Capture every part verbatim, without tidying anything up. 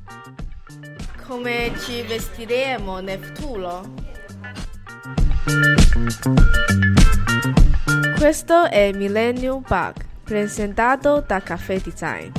Come ci vestiremo nel futuro? Questo è Millennium Bug, presentato da Caffè Design.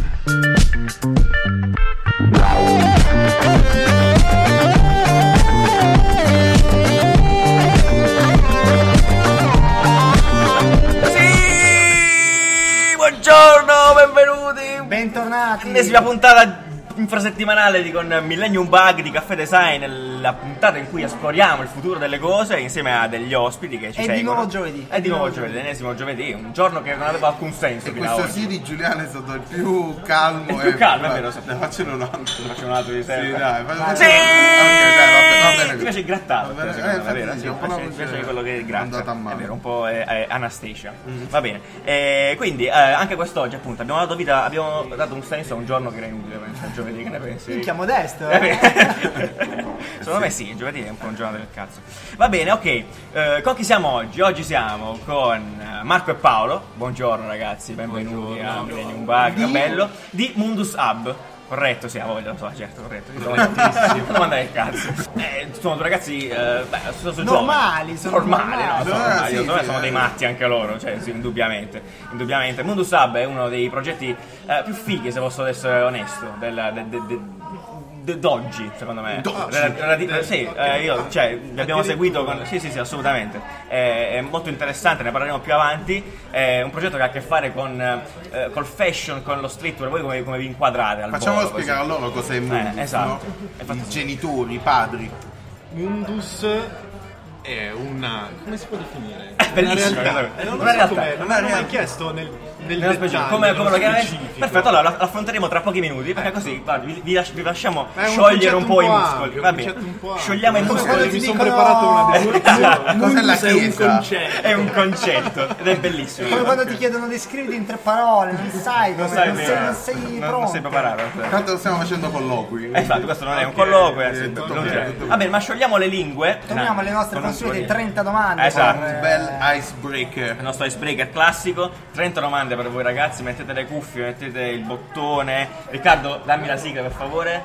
Sì, buongiorno, benvenuti. Bentornati. Ennesima puntata infrasettimanale di con Millennium Bug di Caffè Design, la puntata in cui esploriamo il futuro delle cose insieme a degli ospiti che ci È seguono. di nuovo giovedì. È di nuovo giovedì, l'ennesimo giovedì, un giorno che non aveva alcun senso E fino a questo oggi. sì di Giuliano è stato il più calmo. Il più e- calmo, è va- vero. Ne facciano un altro. Facciamo un altro di Sì, sempre. dai, fai- Sì! Ok, dai, va bene, va bene. Ti piace il grattato? Va bene. secondo Eh, me, infatti vero? sì, Sì, un po' mi la piace- mi voce piace quello che è gratta. andata a male. È vero, un po' è, è Anastasia. Va bene. Eh, quindi eh, anche quest'oggi appunto abbiamo dato vita, abbiamo dato un senso a un giorno che era inutile, penso, il giovedì, che ne pensi? Minchia modesto. Eh, Eh? Secondo me sì, il giovedì è un po' un giorno del cazzo. Va bene, ok. Eh, con chi siamo oggi? Oggi siamo con eh, Marco e Paolo. Buongiorno ragazzi, benvenuti a Millennium Bug, Di- bello. Di Mundus Hub. Corretto, sì, a voglia, lo so, certo, corretto. Correttissimo. Domanda del cazzo. Eh, sono due ragazzi, eh, beh, sono, sono Normali, giovani. sono normali, no? normali. Sono, Ah, normali. sì, Secondo me sì, sono eh. dei matti anche loro, cioè, sì, indubbiamente. Indubbiamente. Mundus Hub è uno dei progetti eh, più fighi, se posso essere onesto, del, de, de, de, de- d'oggi, secondo me. D'oggi? Rel- relati- sì, eh, io, cioè, li abbiamo seguito con... Sì, sì, sì, assolutamente. È, è molto interessante, ne parleremo più avanti. È un progetto che ha a che fare con eh, col fashion, con lo streetwear. Voi come, come vi inquadrate al Facciamolo volo, così? spiegare a loro cos'è Mundus, Eh, esatto. no? Infatti- I genitori, i padri. Mundus è una... come si può definire? bellissimo, Una realtà. guarda. Eh, non lo Una so realtà, com'è, non una hanno mai realtà. chiesto nel, nel Nello specifico, dettaglio, come, come lo nello chiamate? specifico. Perfetto, allora lo affronteremo tra pochi minuti perché così guarda, vi, vi lasci- vi lasciamo È un sciogliere un concetto po' i un po' muscoli. ampio, Va un bene, concetto un po' sciogliamo i ampio. muscoli. Come Mi ti sono dicono- preparato una definizione. Cos'è la Mundus è un chiesa? concetto. È un concetto ed è bellissimo. Come quando ti chiedono descriviti in tre parole, non sai come, Non sai non, bene, sei, non sei non- pronto. non sei preparato. Tanto lo stiamo facendo colloqui. Eh, Infatti, questo non è un colloquio, anzi, eh, tutto non bene, c'è. tutto bene. Va bene, ma sciogliamo le lingue. Torniamo alle nostre Con un consuete po' di- trenta domande. Esatto. per, eh, Bel icebreaker. Il nostro icebreaker classico, trenta domande per voi ragazzi, mettete le cuffie, mettete il bottone. Riccardo, dammi la sigla per favore.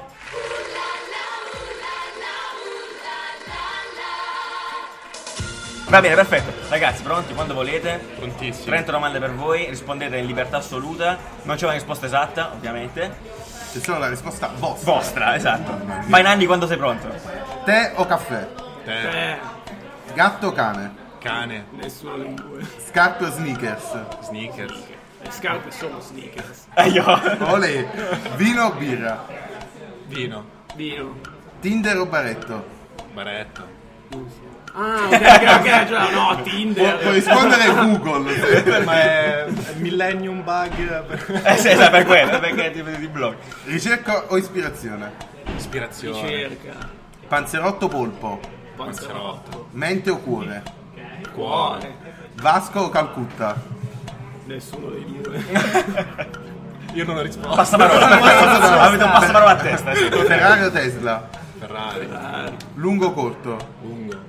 Va bene, perfetto. Ragazzi, pronti? Quando volete? Prontissimo. trenta domande per voi, rispondete in libertà assoluta. Non c'è una risposta esatta, ovviamente. C'è solo la risposta vostra. Vostra, esatto. Fai Nanni quando sei pronto. Tè o caffè? Te, Gatto o cane? cane, Nessuno dei due. Scarpe o sneakers? sneakers, Le scarpe sono sneakers. Eh, io. Olè. Vino o birra? vino, Vino. Tinder o baretto? baretto, Ah, ok, ok, ok, cioè, no, Pu- Tinder. puoi rispondere Google. ma è Millennium Bug. Eh sì, esatto, per quello, perché ti, ti blocchi. Ricerca o ispirazione? Ispirazione, Ricerca. Panzerotto o polpo? panzerotto, Mente o cuore? cuore, Vasco o Calcutta? Nessuno dei due. io non ho risposto. Passaparola. Avete un passaparola a testa. Sì. Ferrari o Tesla? Ferrari, Lungo o corto? lungo,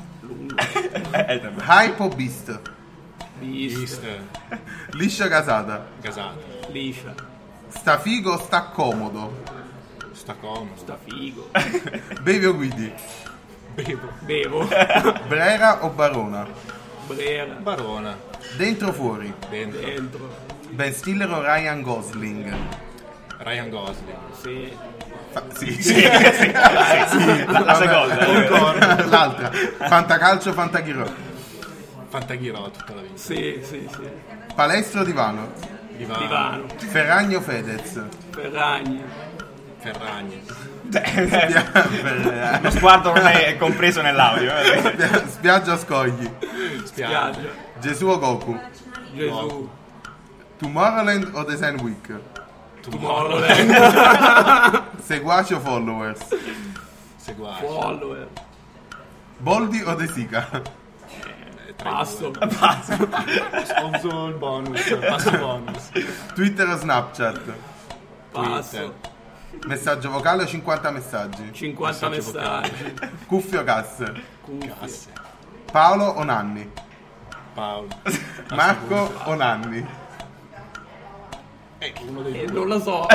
Eh, eh, Hype o Beast? Beast. East, Liscia o casata? gasato, Liscia. Sta figo o sta comodo? sta comodo, Sta figo. Bevi o guidi? bevo, Bevo. Brera o Barona? Brera. barona, Dentro o fuori? dentro, Dentro. Ben Stiller o Ryan Gosling? Ryan Gosling, Sì. Fa- sì, Sì, sì, sì, la, la seconda. Vabbè. L'altra. Fantacalcio o Fantaghiro? Fantaghirò tutta la vita, Sì, sì, sì. Palestra o divano? divano, Divano. Ferragni o Fedez? Ferragni. Ferragni, Spia- Lo sguardo non è compreso nell'audio. eh. Spiaggia o scogli? spiaggia, Spiaggia. Gesù o Goku? Gesù. Tomorrowland o Design Week? Tomorrowland. Seguaci o followers? seguaci, Follower. Boldi o De Sica? eh, tre, Passo. due. Sponso il bonus, passo bonus, Twitter o Snapchat? Passo. Messaggio vocale o cinquanta messaggi? cinquanta Messaggio messaggi. Cuffie o casse? Cuffie. casse, Paolo o Nanni? Paolo, Marco o Nanni? e chi uno dei Eh, due. non lo so.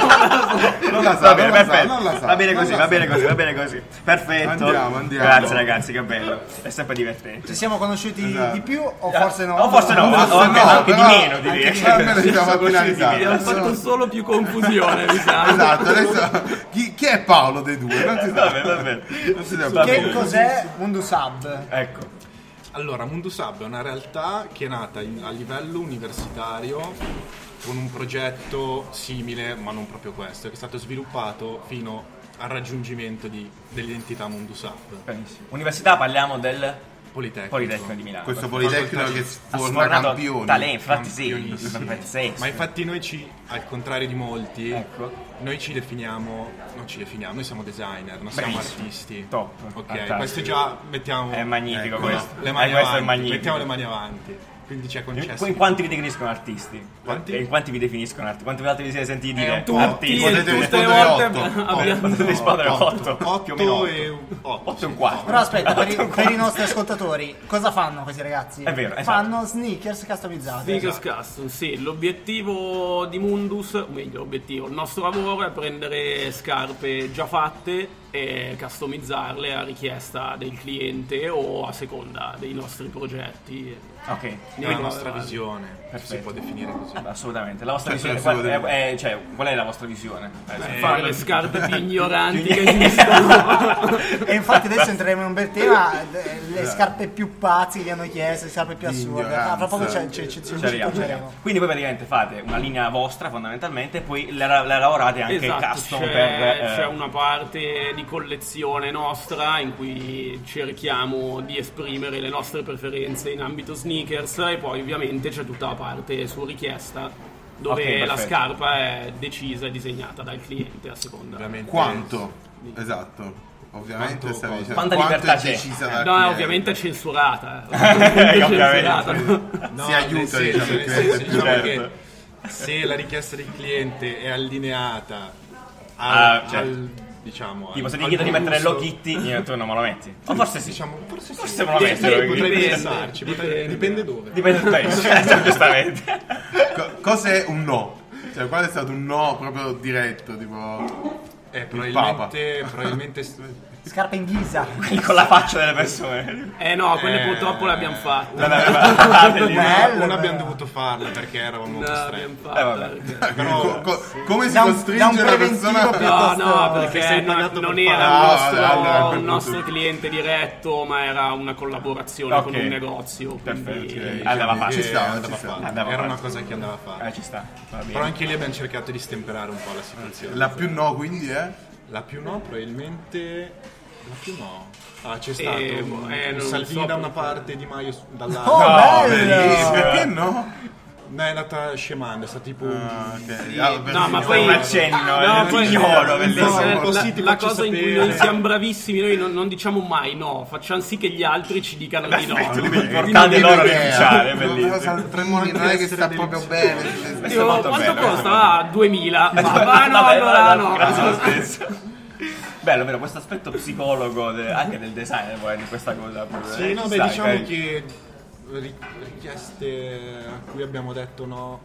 Non la Va sa, bene, non la sa, perfetto. non la sa. Va bene non così, la va sa. bene così, va bene così. Perfetto. Andiamo, andiamo. Grazie ragazzi, che bello. È sempre divertente. Ci siamo conosciuti Esatto. di più o forse no? O forse no, o Forse anche, no, anche di però- meno direi. anche di meno. Almeno ci siamo Siamo appena conosciuti di iniziati. meno. Abbiamo fatto solo più confusione, mi sa. Esatto, adesso chi, chi è Paolo dei due? Non si sa. Va bene, va bene. Non si sa. Va Che bene. cos'è Mundus Hub? Ecco. Allora, Mundus Hub è una realtà che è nata in- a livello universitario con un progetto simile, ma non proprio questo, che è stato sviluppato fino al raggiungimento di- dell'identità Mundus Hub. Benissimo. Università, parliamo del Politecnico. Politecnico di Milano. Questo Politecnico che ha forma sfornato campioni. talento, infatti sì, Campionissimi. pazzesco. Ma infatti noi ci, al contrario di molti, Ecco. noi ci definiamo, non ci definiamo, noi siamo designer, non siamo Benissimo. artisti. Top. Ok, Fantastico. questo già mettiamo È magnifico Ecco, questo. le Eh, mani questo è avanti, magnifico. mettiamo le mani avanti. Quindi ci è concesso. In quanti vi definiscono artisti? Quanti? E in quanti vi definiscono artisti? Quante volte vi siete sentiti dire un po'. Tutti artisti? e Potete tutte le rispondere volte otto. abbiamo... Potete rispondere Otto. otto. Più o meno Otto otto. e un- otto, otto e un sì. quarto. Però aspetta, per, i, per i nostri ascoltatori, cosa fanno questi ragazzi? È vero, esatto. Fanno sneakers customizzati. Sneakers Custom, sì, l'obiettivo di Mundus, o meglio l'obiettivo, il nostro lavoro è prendere scarpe già fatte e customizzarle a richiesta del cliente o a seconda dei nostri progetti. Ok. Ne È la vengono nostra avanti. visione, si Perfetto. può definire così. Assolutamente. La vostra Cioè, visione, se lo qual, devo è, è- cioè, qual è la vostra visione? Eh, sì. Fare le scarpe più ignoranti che esistono. E infatti adesso entreremo in un bel tema, d- le scarpe più pazze che gli hanno chiesto, le scarpe più assurde. Ignoranza. Ah, fra poco c'è, c'è, c'è, Ci ci arriviamo. appoggeremo. Quindi voi praticamente fate una linea vostra fondamentalmente e poi la, la lavorate anche Esatto, custom c'è, per... eh, c'è una parte di collezione nostra in cui cerchiamo di esprimere le nostre preferenze in ambito sneakers e poi ovviamente c'è tutta la parte su richiesta dove Ok, la perfetto. scarpa è decisa e disegnata dal cliente a seconda. Ovviamente. Quanto? Esatto. Ovviamente Quanto- stavi dicendo quanta quanto libertà è c'è? decisa dal No, cliente. ovviamente è censurata. eh. Eh, Censurata. ovviamente. No, Si nel aiuta, senso- diciamo, il nel cliente. senso, diciamo Certo. che se la richiesta del cliente è allineata Ah, al, certo. al- diciamo Tipo se ti al chiedo di buon mettere uso, Hello Kitty, io- tu non me lo metti. O forse sì. diciamo forse, Forse sì. me lo metti. Hello Kitty. Potrei Dipende, pensarci, potrei- dipende. dipende dove. Dipende dal prezzo, giustamente. Co- cos'è un no? Cioè, qual è stato un no proprio diretto, tipo... Eh, Papa. probabilmente probabilmente Scarpe in ghisa. Con la faccia delle persone. Eh no, quelle Eh, purtroppo le abbiamo fatte. Non aveva... Bello, non bello. abbiamo dovuto farle perché eravamo No, costretti. abbiamo Eh, vabbè. fatte. Però Co- co- come si Da un- costringe da un una preventivo persona... più- No, no, piuttosto- perché sei non, pagato non per era farlo. un Ah, nostro, allora, allora, un per nostro poter- cliente diretto, ma era una collaborazione Ok. con un negozio. Quindi Perfetto. Andava Diciamo fatto. che Ci stava, andava ci stava. fatta. Andava Era fatto. una cosa che andava fatta. Eh, ci sta. Va bene. Però anche lì abbiamo cercato di stemperare un po' la situazione. La più no, quindi, è? La più no, probabilmente. La più no. Ah, c'è stato Eh, un, eh, un non Salvini so da una perché. parte e Di Maio s- dall'altra. Oh, No, bello! bellissimo. Perché no? No, è andata scemando, è stato tipo. Ah, ok. Sì, Ah, per no, ma signora. poi un accenno, no, eh, poi- ignoro, eh, bellissimo. eh, Un po' la, sì, ti la faccio cosa in cui sapere. noi siamo bravissimi, noi non, non diciamo mai no, facciamo sì che gli altri ci dicano di no. Perfetto, Di li non portate dire loro a che- rinunciare, è No, bellissimo. Salvini non è che sta proprio bene. Questo è Dico, molto quanto bello, costa? Ah, duemila. Ma va no, Vabbè, allora vabbè, no. Grazie lo stesso. Bello, vero, questo aspetto psicologo de- anche del design poi, di questa cosa. Sì, Eh, no, ci beh, sta, diciamo cari- che ri- richieste a cui abbiamo detto no.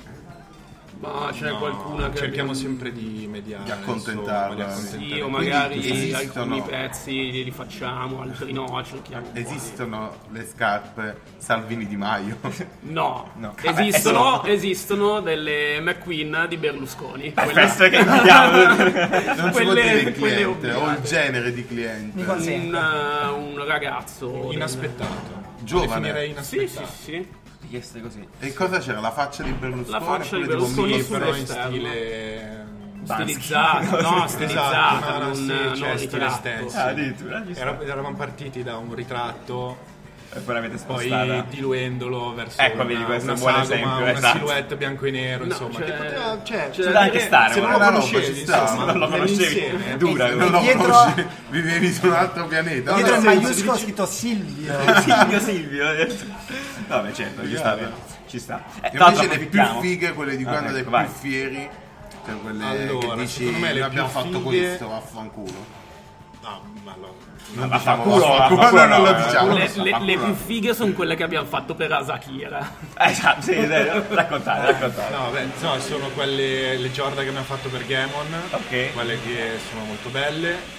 Ma c'è no, qualcuna che cerchiamo abbiamo- sempre di mediare. Di accontentarla, insomma, di sì. Sì, o accontentare. magari Quindi esistono- alcuni pezzi li rifacciamo, altri no, cerchiamo. Esistono le scarpe Salvini Di Maio. No, No. esistono, Eh, esistono delle McQueen di Berlusconi. Questo che vediamo. Non si può Quelle- dire il quelle cliente obbligate. o il genere di cliente. Mi consente. un, eh, un ragazzo Inaspettato. Giovane. Lo definirei Sì, inaspettato. sì, sì. Richieste così. E cosa c'era? La faccia di Berlusconi? La faccia di oppure tipo Berlusconi Mie- Sì, però in sull'esterno. stile. Stilizzato, no, stilizzata, Esatto, no, no, non, sì, non cioè, stile ritratto. stencil. Ah, addirittura. ci sta. Era- eravamo partiti da un ritratto, E poi l'avete poi spostata. diluendolo verso Ecco, una, vedi, questo è una un buon sagoma, esempio, una esatto. silhouette bianco e nero, No, insomma, cioè- che poteva, cioè, cioè, Poteva anche stare, se non guarda. lo no, no, conoscevi, ci sta, insomma, non lo conoscevi. nell'insieme. Dura. Non lo Dietro- conosci, vivevi su un altro pianeta. Dietro No, il no, maiuscolo ho scritto Silvio. Silvio, Silvio. Vabbè, certo, ci sta. Ci sta. Eh, tra l'altro invece le più approfittiamo. fighe, quelle di Ah, quando ecco, eri vai. più fieri, cioè quelle Allora, che dici secondo me le noi abbiamo più fatto fighe- questo, vaffanculo. No, ma lo... Non Ma diciamo, culo, ma ma culo non lo no, diciamo. Le, so, le- fa le culo. più fighe sono quelle che abbiamo fatto per Asakira. Eh, esatto, sì, sì, raccontate, raccontate. No, beh, no, sono quelle le Jordan che abbiamo fatto per Gamon, Ok. quelle che sono molto belle.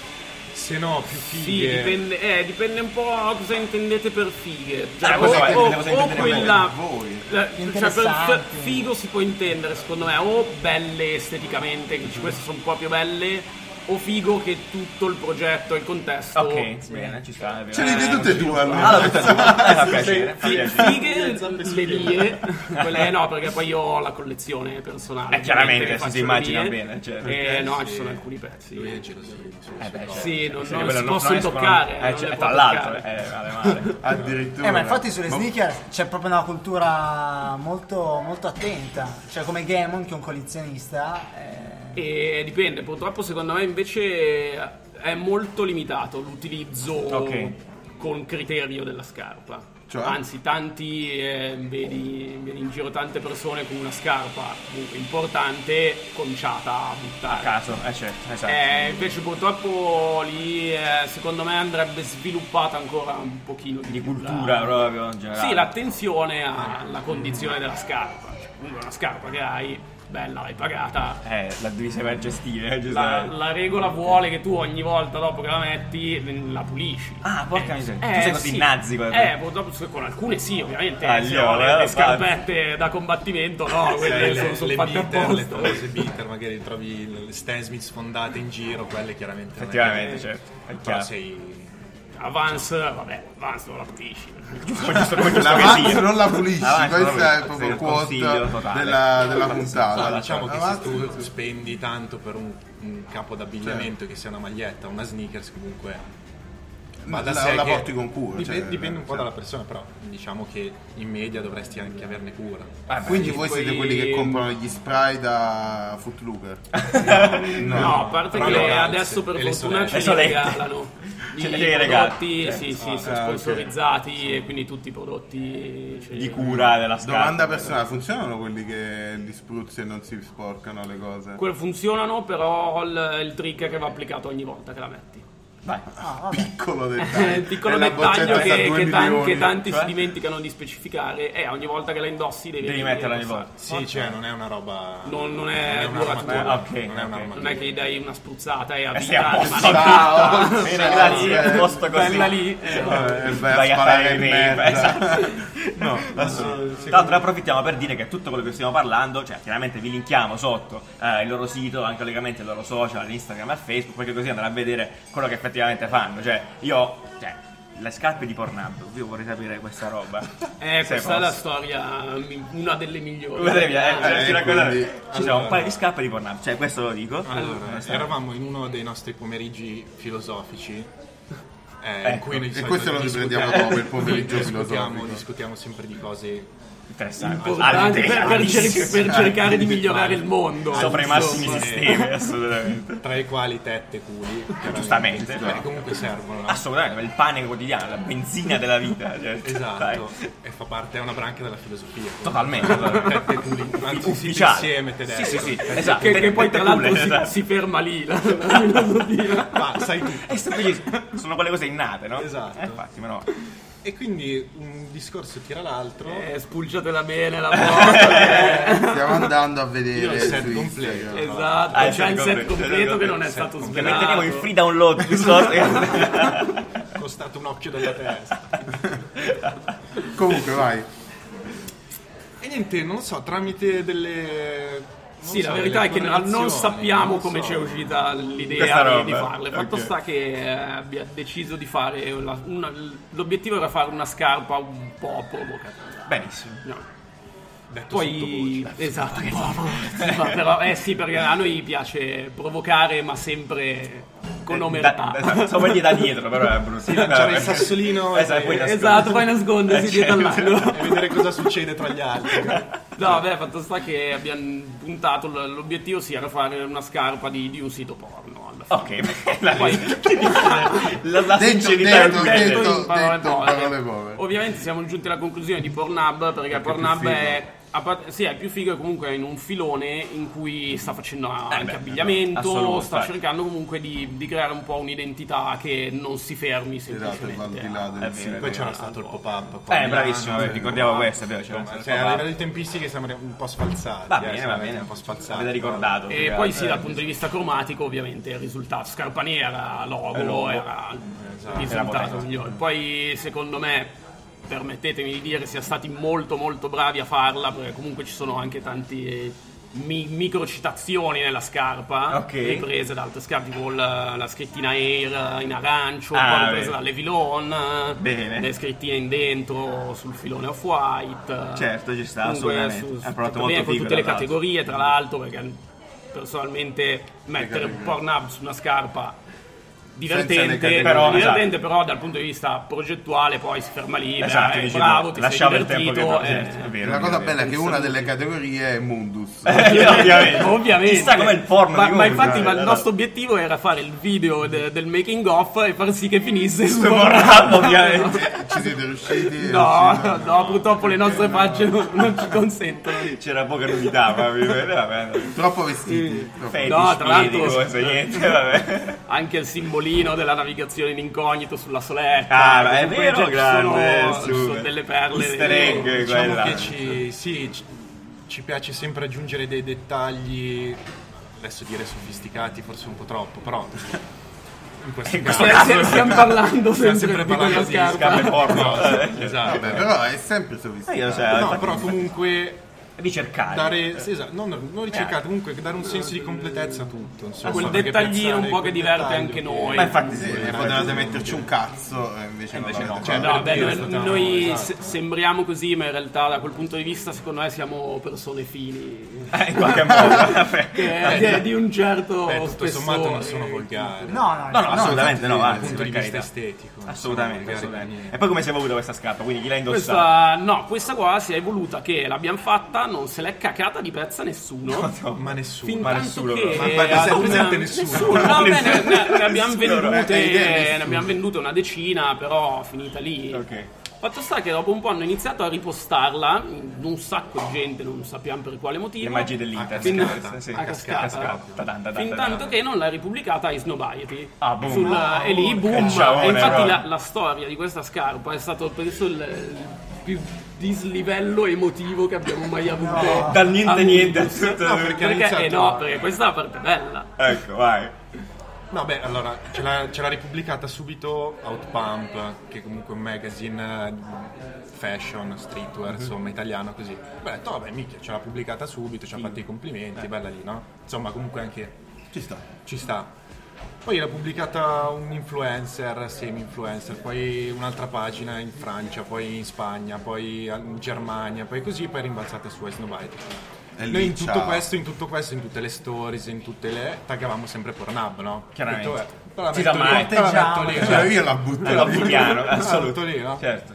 Se no, più Sì, fighe. dipende, eh, dipende un po' cosa intendete per fighe. Cioè, Ah, o, cosa- o- cosa o intendete quella. voi? eh, cioè, per Interessanti. f- figo si può intendere, secondo me, o belle esteticamente, che queste sono proprio belle, o figo che tutto il progetto e il contesto. Ok, bene, ci sta. è vero. Ce li dite tutte e due allora. Allora, tutte e due. Eh, fa piacere, fa Fi- piacere. Fighe, le mie, quelle no, perché poi io ho la collezione personale. Eh, chiaramente, ovviamente, che si faccio immagina le mie. bene, certo. Eh, no, ci sono alcuni pezzi. Lui è geloso. Eh, beh, certo. Sì, non, Sì, non quello si possono escono- toccare. eh, non cioè, le tra può l'altro, toccare. eh, male male. Addirittura. Eh, ma infatti sulle Ma- sneaker c'è proprio una cultura molto, molto attenta. Cioè, come Gamon, che è un collezionista. eh, E dipende, purtroppo secondo me invece è molto limitato l'utilizzo Ok. con criterio della scarpa. Cioè? Anzi, tanti eh, vedi, vedi in giro tante persone con una scarpa comunque importante conciata a A buttare. caso, eh certo, esatto. Eh, invece purtroppo lì eh, secondo me andrebbe sviluppata ancora un pochino di, Di più cultura la- proprio in generale. Sì, l'attenzione alla condizione della scarpa. Cioè, comunque una scarpa che hai, bella, l'hai pagata. Eh, la devi saper gestire, eh, La, giustamente. la regola vuole che tu ogni volta dopo che la metti la pulisci. Ah, porca miseria. Tu Eh, sei così sì. nazi con Eh, purtroppo sì, con alcune sì, ovviamente. Ah, Se io, no, le, eh, le scarpette da combattimento, no, Sai, quelle le, sono, sono le fatte bitter, le apposta. famose bitter, magari trovi le Stan Smith sfondate in giro, quelle chiaramente non è Effettivamente, che- certo. È Però chiaro. sei... Avance, vabbè, Avance non la pulisci. Giusto, giusto, come giusto La che Vans sia. non la pulisci, Avanti, non la questa è pulisci. proprio Sì, il il consiglio quote totale. della, della No, puntata. diciamo che La se tu Vans- spendi tanto per un, un capo d'abbigliamento, che sia una maglietta, una sneakers, comunque va da la- sé la che- porti con cura, Dipende, cioè, dipende un po' cioè. dalla persona, però diciamo che in media dovresti anche averne cura. Eh, beh, Quindi voi poi- siete quelli che comprano gli spray da Footlooker? No, a parte però che le ragazze adesso per e le fortuna ce sorelle. li Le solette. regalano. Ce I li regalano. prodotti, sì, sì, sono Ah, ok. sponsorizzati e quindi tutti i prodotti ce li Di cura della scarpa. Domanda personale, funzionano quelli che li spruzzi e non si sporcano le cose? Quello funzionano, però il, il trick è che va applicato ogni volta che la metti. Vai. ah, vabbè. Piccolo È dettaglio. il piccolo E la dettaglio boccetta sta che, a due che tan- milioni. che tanti Cioè? si dimenticano di specificare e ogni volta che la indossi devi, Devi metterla ogni volta. Sì, cioè non è una roba... Non, non è un'armatura. duratura. ok, non è ok. un'armatura. Non è che gli dai una spruzzata e a Eh, vita sei a posto. rimane Ciao. intatta. Bene, grazie. A posto così. Bella lì. eh. Eh, vai Vai a a sparare fare in i mezzo. vape, esatto. No, assolutamente. Tra l'altro ne approfittiamo per dire che tutto quello che stiamo parlando, cioè chiaramente vi linkiamo sotto eh, il loro sito, anche collegamenti ai loro social, all'Instagram e al Facebook, perché così andrà a vedere quello che effettivamente fanno. Cioè, io, cioè, le scarpe di Pornhub, io vorrei sapere questa roba. Eh, Se questa è la posso. storia, mi- una delle migliori. Guarda, eh, eh, Eh, ci raccontate. quindi- Ci sono un paio di scarpe di Pornhub, cioè questo lo dico. Allora, Eh, sta- eravamo in uno dei nostri pomeriggi filosofici. eh, in Ecco, cui noi e di solito questo lo riprendiamo discutiamo- dopo, il pomeriggio discutiamo, filosofico. discutiamo sempre di cose Interessante. Importante per, per cer- Altissimo. per cercare di migliorare il mondo. Sopra i massimi Insomma. sistemi, assolutamente. tra i quali tette e culi. chiaramente. Giustamente. Perché comunque servono, no? Assolutamente, il pane quotidiano, la benzina della vita. Cioè, Esatto, dai. e fa parte, è una branca della filosofia. Totalmente. Tette e culi, anzi si Ufficiale. insieme tedesco. Sì, sì, sì, esatto. Che, che poi tra Tette l'altro cule, si, esatto. si ferma lì la, la filosofia. Ma sai tu. E se quindi sono quelle cose innate, no? Esatto. Eh, infatti, meno. E quindi un discorso tira l'altro. Eh, spulciatela bene la porta. Stiamo andando a Io vedere ho il set su completo. Instagram. Esatto, Ah, c'è il set completo, completo che non è set stato completo. Che svelato. metteremo in free download piuttosto. Costato un occhio della testa. Comunque vai. E niente, non lo so, tramite delle. non Sì, so, la verità è delle che non correlazioni, sappiamo non come so. ci è uscita Questa l'idea di, roba. di farle. Fatto Ok. sta che eh, abbia deciso di fare una- una- l'obiettivo era fare una scarpa un po' provocativa. Benissimo. No. Detto Poi sottovoce. esatto, un po' provocativa, però eh sì, perché a noi piace provocare, ma sempre con omertà. Da, da, so quelli da dietro, però è brutto. lanciare il sassolino e- Esatto, poi nascondersi. Esatto, poi nascondersi Eh, dietro certo. all'angolo. E vedere cosa succede tra gli altri. No, beh, fatto sta che abbiamo puntato, l- l'obiettivo sì era fare una scarpa di, di un sito porno. Alla fine. Ok, la, Poi- la, la Detto, sincerità è detto, un detto. detto. in parole detto, povere. parole povere. Ovviamente siamo giunti alla conclusione di Pornhub perché Pornhub più figo. è A parte, sì, è più figo che comunque è in un filone in cui sta facendo anche beh, abbigliamento, assoluto, sta infatti. cercando comunque di, di creare un po' un'identità che non si fermi Esatto, semplicemente. al di là È del vero, sì. è Poi vero. c'era stato il pop-up. qua a Eh, Milano, bravissimo, sì. ricordavo questo, è vero, c'era Insomma, questo cioè, a pop-up. livello di tempistiche siamo un po' sfalsati. Va eh, bene, siamo va bene, un po' sfalsati. avete ricordato. E più che poi altro. sì, dal punto di vista cromatico ovviamente il risultato, scarpa nera, logo, Eh, logo. era Esatto. il Era risultato potente. migliore. Poi secondo me, permettetemi di dire, sia stati molto molto bravi a farla, perché comunque ci sono anche tanti mi- microcitazioni nella scarpa, Ok. riprese da altre scarpe, tipo la, la scrittina Air in arancio, Ah, poi ripresa beh. dalle Vilon, Bene. le scrittine in dentro sul filone off-white. Certo, ci sta, Comunque, assolutamente. su- È un prodotto tutto molto bene, con figo, tutte le tra l'altro. categorie, tra l'altro, perché personalmente mettere un Pornhub su una scarpa Senza le divertente, categorie. Però, divertente però dal punto di vista progettuale poi si ferma lì, Esatto, eh, dici, bravo, no, ti sei lasciavo il tempo divertito, che eh, è vero, La è cosa vero, bella è che è una vero. delle categorie è Mundus. Eh, ovviamente. ovviamente. Chissà com'è il porno ma, di ma Mundus, infatti ma eh, il nostro obiettivo era fare il video de- del making of e far sì che finisse su Su Pornhub. Pornhub, ovviamente. Ci siete riusciti? È No, uscito? no, purtroppo le nostre facce non, non ci consentono. C'era poca nudità, ma mi vabbè. Troppo vestiti. troppo. Fetish, No, tra l'altro- piedi, cose, niente, vabbè. Anche il simbolino della navigazione in incognito sulla soletta. Ah, ma è Comunque, vero, cioè, ci grande, sono, su. ci sono delle perle. Easter egg. Diciamo quella. che ci, sì, ci, ci piace sempre aggiungere dei dettagli, adesso dire sofisticati forse un po' troppo, però in questo caso Stiamo, stiamo- stiamo parlando Stiamo sempre, sempre di quella parlando di scarpa. Scarpe porno. eh. esatto. Vabbè, però è sempre sofisticato. Io, cioè, No, infatti, però comunque ricercare. dare, sì, esatto, non, non ricercate, comunque dare un senso di completezza a tutto, insomma, Quel perché dettaglino un pensare po' che quel diverte dettaglio anche che- noi. Ma infatti Sì, sì, e potevate metterci un cazzo, e invece, Invece non no. l'avete Cioè, fatto. No, beh, Io noi, sono stato- noi esatto. se- sembriamo così, ma in realtà da quel punto di vista secondo me siamo persone fini. Eh, in qualche modo. vabbè. Che è di un certo Beh, tutto spessore. sommato non sono volgari. No, no, No, no, assolutamente no, infatti, anzi, dal punto per di vista carità. estetico non sono Assolutamente, volgari assolutamente. per niente. E poi come si è evoluta questa scarpa? Quindi chi l'ha indossata? Questa, no, questa qua si è evoluta che l'abbiamo fatta, non se l'è cacata di pezza nessuno. Ma nessuno. Fin Ma tanto nessuno, che però. Ma per ad esempio, una- nessuno. no, beh, ne, ne- ne abbiamo Nessuno, vendute, eh, eh, ne abbiamo vendute una decina, però finita lì. Ok. Fatto sta che dopo un po' hanno iniziato a ripostarla, un sacco di gente, non sappiamo per quale motivo. Le magie dell'internet. Fin- Sì, a cascata. cascata. Ta-dan, ta-dan, Fin ta-dan. tanto che non l'ha ripubblicata Ice Nobiety. Ah, boom. Sul- Ah, e lì, boom. che ciaone, E infatti proprio. la, la storia di questa scarpa è stato penso il, il più dislivello emotivo che abbiamo mai avuto. Dal niente a niente. Mundus. tutto- No, perché ha Perché, iniziato- eh no, perché questa è la parte bella. Ecco, vai. No, beh, allora ce l'ha, ce l'ha ripubblicata subito Outpump, che comunque è un magazine eh, fashion, streetwear, insomma, italiano così. Beh, ho detto, vabbè, minchia, ce l'ha pubblicata subito, ci ha fatto i complimenti, bella lì, no? Insomma, comunque anche Ci sta. ci sta. Poi l'ha pubblicata un influencer, semi-influencer, poi un'altra pagina in Francia, poi in Spagna, poi in Germania, poi così, poi è rimbalzata su Ice Nobiety. E Noi lì, in tutto ciao. questo, in tutto questo, in tutte le stories, in tutte le taggavamo sempre Pornhub, no? Chiaramente. Ho detto, eh, però la Si metto sa lì, mai. però la metto lì, Cioè, cioè, io la butto. È ovvio piano, la butto assolutamente. lì, no? Certo.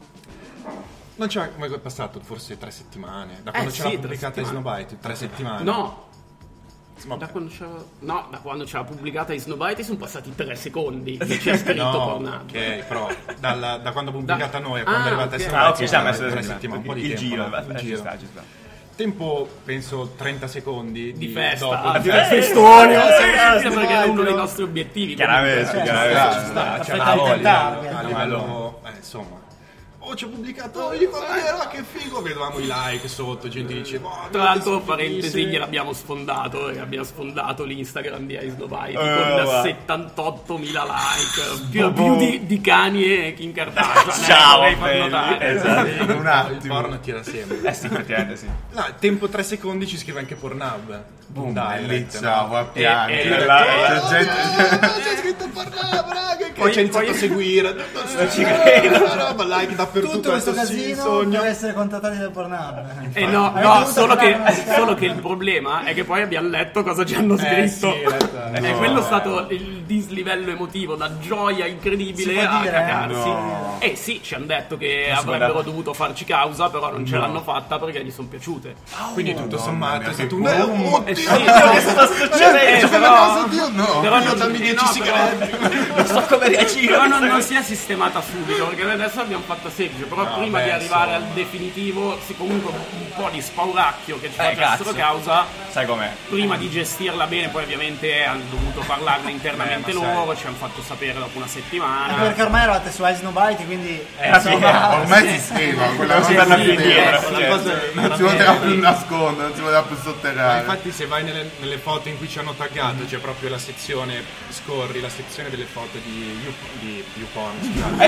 Non c'è come è passato, forse tre settimane. Da quando Eh, c'era sì, tre pubblicata Ice settimane. Nobiety, tre settimane. No, Vabbè. da quando c'era, no, da quando c'era pubblicata Ice Nobiety sono passati tre secondi che c'è scritto No, Pornhub. ok, però dalla- da quando pubblicata Da- noi a quando Ah, è arrivata ok. Ice Ah, Nobiety ok, ci ha messo tre tre settimane, un po' di il tempo, giro, no? vabbè, Un ci giro. sta, ci sta. Tempo, penso, trenta secondi di, Di festa, dopo, di di festa, festa. festoni, eh, non eh, sempre eh, perché è uno dei no? nostri obiettivi. Chiaramente, comunque. chiaramente. ci sta, La cioè, fetta a di livello- Tentarvi, a no? livello, eh, insomma, oh, c'è pubblicato, io dico, eh, no, che figo, vedevamo i like sotto, gente dice, oh, Tra l'altro, sono parentesi, fighissimi. gliel'abbiamo sfondato e abbiamo sfondato l'Instagram di Ice Nobiety Eh, con va. settantottomila like, più, più di, di Cani e Kim Kardashian. eh, Ciao, vorrei far belli. notare. Esatto. Un Il attimo. porno tira sempre. Eh sì, effettivamente sì. No, tempo tre secondi ci scrive anche Pornhub. Boom, Dai, lì, ciao, a E- piano. e- C'è la- gente- c'è scritto Pornhub, raga, che Poi- ci ha iniziato poi- a seguire. Non ci credo. Roba, like dappertutto. Tutto questo adesso sì, casino sogno. per essere contattati da Pornhub. Eh no, Avete no, dovuto solo fare che, una scala. solo che il problema è che poi abbiamo letto cosa ci hanno Eh, scritto. sì, letto, E no. quello è stato il dislivello emotivo, da gioia incredibile Si può a dire, eh? cacarsi. No. Eh sì, ci hanno detto che si può avrebbero dare- dovuto farci causa, però non ce l'hanno fatta perché gli sono piaciute. Quindi tutto Madonna sommato mia, è stato che un boom. oddio, Eh sì, Che sta Eh, succedendo? però, Oddio, no. però Io non dammi eh, dieci no, sigarette. Non so come però non, non si è sistemata subito, perché noi adesso l'abbiamo fatta semplice, però No, prima beh, di arrivare insomma. al definitivo, si comunque un po' di spauracchio che ci Eh, facessero cazzo. causa, Sai com'è? prima di gestirla bene, poi ovviamente hanno dovuto parlarne internamente Eh, ma sai. loro, ci hanno fatto sapere dopo una Anche settimana. perché ormai eravate su Ice Nobody, quindi Eh, sì, Ormai si schema, quella non si cosa fanno si più schema. indietro. La cosa Non si poteva più nascondere, non si poteva più Ma sotterrare. infatti se vai nelle, nelle foto in cui ci hanno taggato c'è proprio la sezione, scorri la sezione delle foto di, You, di YouPorn, scusate.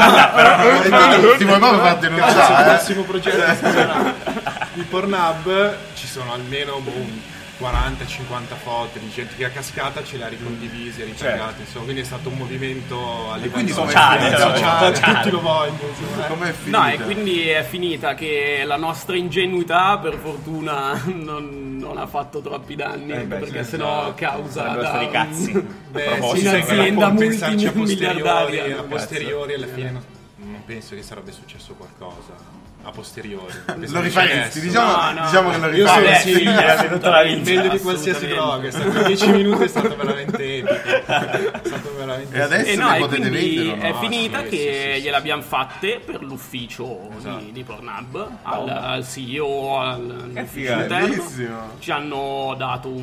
E tu ti vuoi proprio far Cazzo, il denunciare? prossimo progetto sarà di Pornhub, ci sono almeno boh, quaranta cinquanta foto di gente che a cascata ce le ha ricondivise, ritagliate, insomma, quindi è stato un movimento a livello quindi come sociale, è sociale, sociale, sociale. tutti lo vogliono, insomma. Com'è No, finita? e quindi è finita che la nostra ingenuità, per fortuna, non, non ha fatto troppi danni, Eh beh, perché sì, sennò no. causa Sarebbero da stati un- cazzi. Beh, proposito, sì, sai che un'azienda poi pensarci a multimiliardaria. posteriori, a posteriori alla fine non, non penso che sarebbe successo qualcosa. A posteriori. Lo rifaresti, diciamo, No, no. diciamo che lo Io sono rifaresti. sì, Sì, tutta la vita, meglio di qualsiasi assolutamente. droga. È stato dieci minuti, è stato veramente epico. È stato veramente E adesso E no, le e potete quindi vendere o no? è finita sì, che sì, sì, sì. gliel'abbiamo fatte per l'ufficio di, di Pornhub, al, al C E O, al Che ufficio figata. interno. Bellissimo. Ci hanno dato un,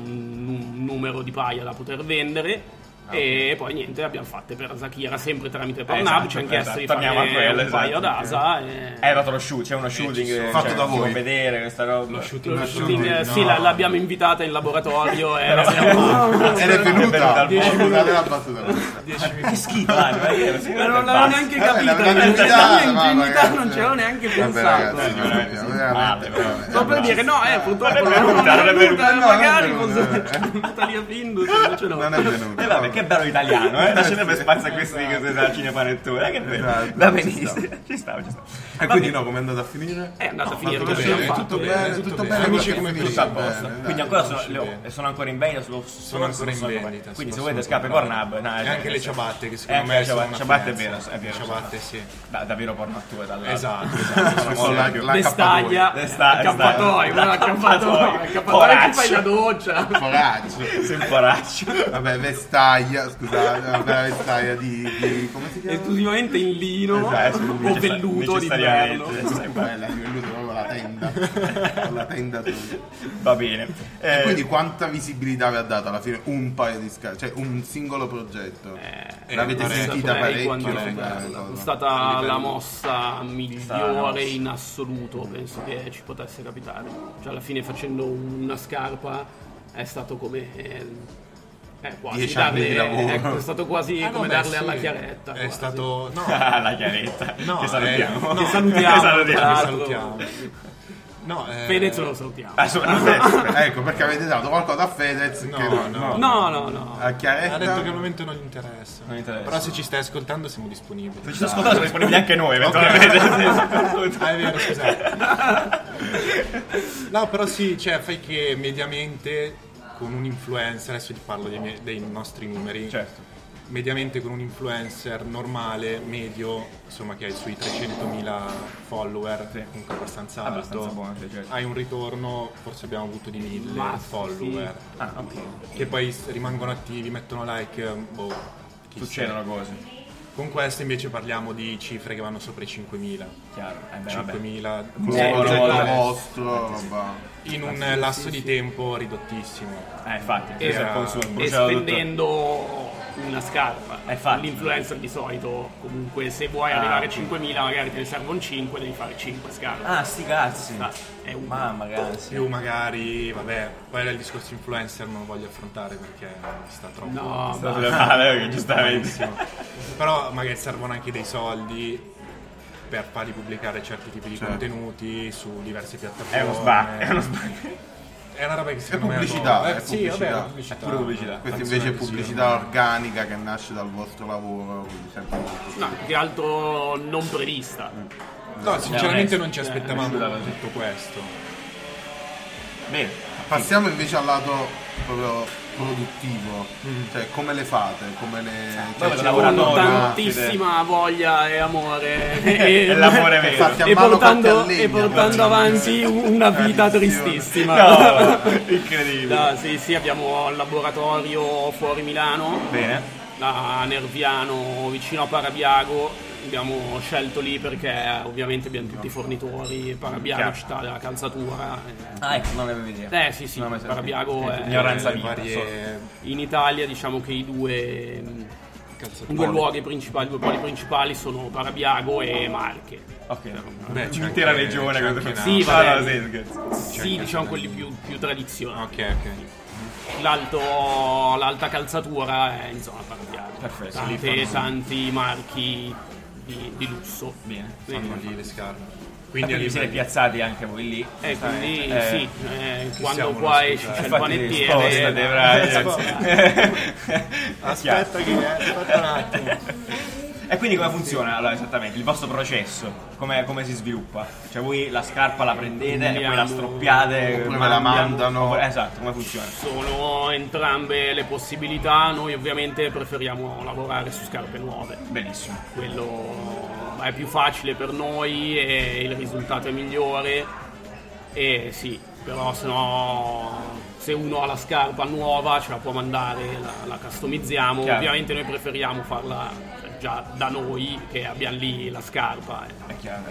un numero di paia da poter vendere. E poi niente, le abbiamo fatte per Zakira sempre tramite Pornhub. esatto, ci hanno chiesto di esatto. fare Torniamo a quello, un paio esatto. d'asa. E... È arrivato lo shoot, c'è uno shooting ci sono. cioè, Fatto da si può voi. vedere questa roba. lo shooting. Lo lo shooting, shooting, eh, no. sì, la- l'abbiamo invitata in laboratorio e l'abbiamo- Ed è venuta. al Dieci posto. minuti la battuta. dieci minuti. Che schifo, ah, non è vero, sì, Ma non basta. l'avevo neanche Vabbè, capito, l'avevate la invitata, mia ma ingenuità ragazzi. non ci avevo neanche Vabbè, pensato. ragazzi, veramente veramente, male, veramente. Solo per dire no, eh, purtroppo Non è non venuta, non è venuta. No, non è magari venuta. fosse venuta lì a Findus, invece no. Non è venuta. E vabbè, che bello italiano, eh? Lascia sempre spazio a questi che sono al cinepanettone, eh, che bello. Esatto, Va ci benissimo, ci stava, ci stava. E quindi no, come è andata a finire? È andata a finire Tutto che bene, abbiamo tutto fatto. bene, tutto tutto bene. bene, Amici perché come finisce Tutto a bene, posto. dai. Quindi ancora sono, finisce le- bene. sono ancora in vendita sullo Sono ancora in vendita. Quindi si se volete possono scarpe comprare. Pornhub, no, E anche le ciabatte che secondo Eh, me anche le sono ciabatte- una ciabatte è finestra. vero, è vero, Le ciabatte sì. Da, davvero pornature dall'altro. Esatto, esatto. Sono Con la- molto più- la Vestaglia, Sta- accappatoi, guarda, accappatoi, accappatoi che fai la doccia. Coraggio. Sei un poraccio. Vabbè, vestaglia, scusate, vabbè, la vestaglia di, di come si chiama? Esclusivamente in lino Esatto, o necessa- velluto di necessariamente. inverno. Sai, Bella, di velluto, proprio la tenda. Con la tenda su. Va bene. E Eh, quindi quanta visibilità vi ha dato alla fine un paio di scarpe, cioè un singolo progetto? L'avete eh, sentita Saprei parecchio? quando- come È cosa? stata la mossa Stata la migliore mossa. in assoluto, penso che ci potesse capitare. Cioè alla fine facendo una scarpa è stato come eh, eh, quasi Dieci anni darle- di lavoro. ecco, è stato quasi Ah, no, come beh, darle sì. alla chiaretta. È quasi. stato no, la chiaretta. No, che salutiamo. eh, Che salutiamo, Che tra salutiamo. che l'altro. salutiamo. No, eh, Fedez lo salutiamo. Assolutamente. Ecco, perché avete dato qualcosa a Fedez No, che no. No, no, no. a chiaretta. ha detto che al momento non gli interessa. Non interessa. Però se ci stai ascoltando siamo disponibili. Se ci sta ascoltando sono disponibili anche noi, eventualmente. Ah, è vero, scusate. No, però sì, cioè fai che mediamente con un influencer, adesso ti parlo dei, miei- dei nostri numeri, Certo. mediamente con un influencer normale, medio, insomma che hai sui trecentomila follower, Sì. comunque abbastanza, Abbastanza alto, buono, sì, certo. hai un ritorno, forse abbiamo avuto di mille Ma follower, Ah, ok. che poi s- rimangono attivi, mettono like, boh, chissà. Succedono cose. Con questo invece parliamo di cifre che vanno sopra i cinquemila. Chiaro. Eh beh, vabbè. cinquemila Con Eh, un progetto no, vostro, roba. in un lasso di tempo ridottissimo. Eh, infatti. E, sì, il consumo, e bruciato tutto. spendendo una scarpa. Eh, infatti. L'influencer di solito, comunque, se vuoi Ah, arrivare a sì. cinquemila, magari te ne servono cinque, devi fare cinque scarpe. Ah, sti cazzi. Ah, è un Mamma cazzi. Più magari, vabbè, poi il discorso influencer non lo voglio affrontare perché sta troppo. No, Sta ma- sulle male, perché giustamente. malissimo. Però magari servono anche dei soldi per farli pubblicare certi tipi di Certo. contenuti su diverse piattaforme. È uno sbaglio, è uno sbaglio. È una roba che È secondo me pubblicità, boh, è eh, sì, vabbè, pubblicità. è pubblicità. È pure pubblicità. Questa Penso invece è che sia pubblicità una- organica che nasce dal vostro lavoro, quindi sempre molto. no, più che altro non prevista. No, sinceramente Eh, non ci eh, aspettavamo eh, tutto questo. Bene. Passiamo invece al lato proprio produttivo, cioè come le fate, come le... Poi cioè, avete c'è lavorato un- no, Tantissima voglia e amore e, È l'amore vero. Fatti a e mano, portando, fatti a legna, e portando avanti una vita tristissima. No, incredibile. No, sì, sì, abbiamo il laboratorio fuori Milano. Bene. da Nerviano vicino a Parabiago. Abbiamo scelto lì perché ovviamente abbiamo tutti i fornitori, Parabiago, Chiaro. città della calzatura. Ah, ecco, non ne avevo idea. Eh sì sì, Non mi sembra. Parabiago Eh, è ignoranza le vita, varie in Italia, diciamo che i due, i due luoghi principali, i due poli principali sono Parabiago e Marche. Ok, Beh, c'è l'intera anche- regione. c'è quando- anche Sì, Ah, vabbè. no, sì, scherzo. Sì, diciamo quelli più, più tradizionali. Ok, ok. L'alto, l'alta calzatura è in zona Parabiago. Perfetto, Tante- lì fanno- tanti marchi di, di lusso. Bene. Sì. Fanno lì le scarpe. Quindi Quindi a siete livello piazzati anche voi lì. E quindi Eh, sì, eh, quando siamo qua noi, esce scusate. c'è il Infatti, panettiere. spostati, eh, bravi. Aspetta che aspetta un attimo. E quindi come funziona allora, esattamente il vostro processo? Come, come si sviluppa? Cioè voi la scarpa la prendete e poi la stroppiate? Oppure ve la mandano. Oppure- esatto, come funziona? Sono entrambe le possibilità, noi ovviamente preferiamo lavorare su scarpe nuove. Benissimo. Quello è più facile per noi e il risultato è migliore. E sì, però se no, se uno ha la scarpa nuova ce la può mandare, la, la customizziamo. Chiaro. Ovviamente noi preferiamo farla cioè, già da noi, che abbiamo lì la scarpa. eh. È chiaro,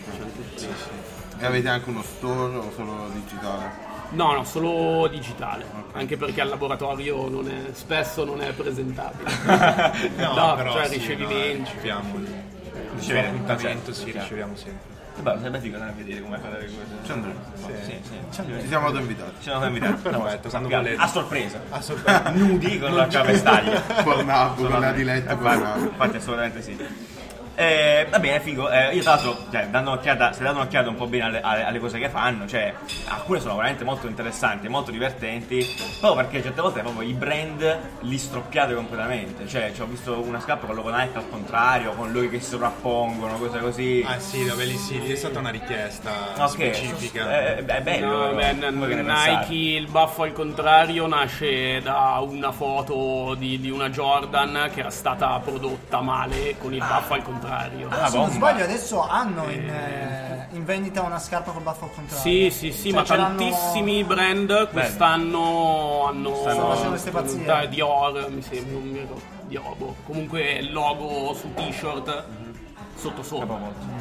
esatto. E avete anche uno store o solo digitale? No, no, solo digitale, anche perché al laboratorio non è, spesso non è presentabile. No, però cioè sì, ricevimenti. no, riceviamo il Ricevete appuntamento, sì, Chiaro. riceviamo sempre. Bello, sarebbe figo andare a vedere come fate le cose. Ci andremo. Sì, sì. Ci siamo autoinvitati. Ci siamo invitati. Perfetto, quando Sappiamo. volete. A sorpresa. A sorpresa. Nudi con la capestaglia. Cornabbo, con la diletta Infatti, Cornabbo. infatti assolutamente sì. Eh, va bene, figo. Eh, io tra l'altro, cioè, dando un'occhiata, stai dando un'occhiata un po' bene alle, alle- alle cose che fanno, cioè, alcune sono veramente molto interessanti, molto divertenti, proprio perché certe volte proprio i brand li stroppiate completamente. Cioè, ci ho visto una scarpa con il logo Nike al contrario, con loghi che si sovrappongono, cose così. Ah sì, vabbè, lì sì, lì è stata una richiesta Ok, specifica. Eh, è bello. No, beh, Voi che ne Nike, pensate? il baffo al contrario, nasce da una foto di, di una Jordan che era stata prodotta male con il baffo al contrario. Ah, Se non bomba. sbaglio adesso hanno in, eh, in vendita una scarpa col baffo al contrario. Sì, sì, sì, Cioè, ma ce l'hanno- tantissimi brand quest'anno hanno Stanno facendo queste pazzie. da Dior, mi sembra, non mi ricordo, Dior, boh. Comunque il logo su t-shirt sotto sopra.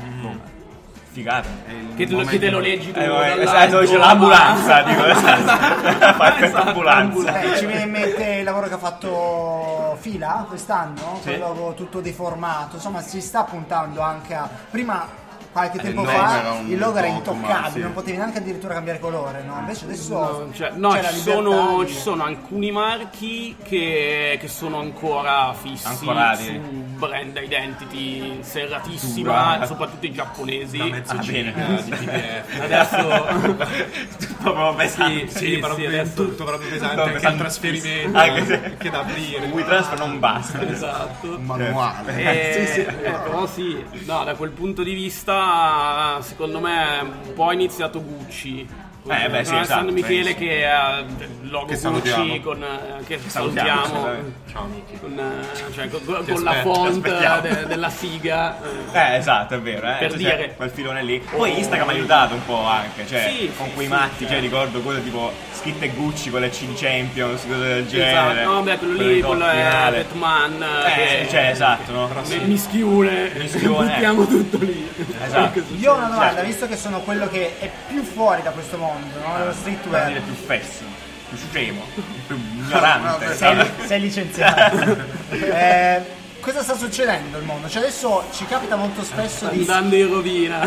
Figata. Che te, lo- che te lo leggi tu Eh, dall'alto, esatto, c'è ma- l'ambulanza, dico, esatto. Fai questa Esatto, ambulanza. Eh, ci viene in mente il lavoro che ha fatto Fila quest'anno, Sì. quel logo tutto deformato, insomma si sta puntando anche a... Prima, qualche tempo logo fa, era un il logo era poco, ma intoccabile, sì. non potevi neanche addirittura cambiare colore, no? Invece adesso No, cioè, no, c'è la ci, libertà sono, di- ci sono alcuni marchi che, che sono ancora fissi Ancorati. su brand identity serratissima, Dura. soprattutto i giapponesi. Da mezzo Ah, giga bene. di P D F. Adesso Proprio pesante. sì, Sì, sì, proprio sì, adesso- tutto proprio pesante, No, anche pesante. il trasferimento, Anche se- anche da aprire. WeTransfer non basta. esatto. Un manuale. Eh, eh, però sì, no, da quel punto di vista secondo me un po' ha iniziato Gucci. Eh, beh, sì, Con esatto, San Michele penso. che ha il logo Che Gucci salutiamo. con eh, che Salutiamo, salutiamo, assolutamente. Ciao amici. con, eh, cioè, con, con Ti la aspetto, font ti aspettiamo. de- della siga. eh. Eh, esatto, è vero, eh. Per Cioè, dire- quel filone lì. Poi Instagram ha aiutato un po' anche, cioè Sì, con sì, quei sì, matti, certo. cioè ricordo cose tipo scritte Gucci con le C D Champions, cose del genere. Esatto, no, beh, quello Quello lì, di quello top è finale. Batman. Eh, cioè, esatto, no? Mi- Mischione, Mischione, buttiamo tutto lì. Esatto. Io ho una domanda, Certo. visto che sono quello che è più fuori da questo mondo, no? Dello Per streetwear. dire più fesso, più scemo, più ignorante. Sei, sei licenziato. Eh, cosa sta succedendo nel mondo? Cioè adesso ci capita molto spesso di, Andando in rovina.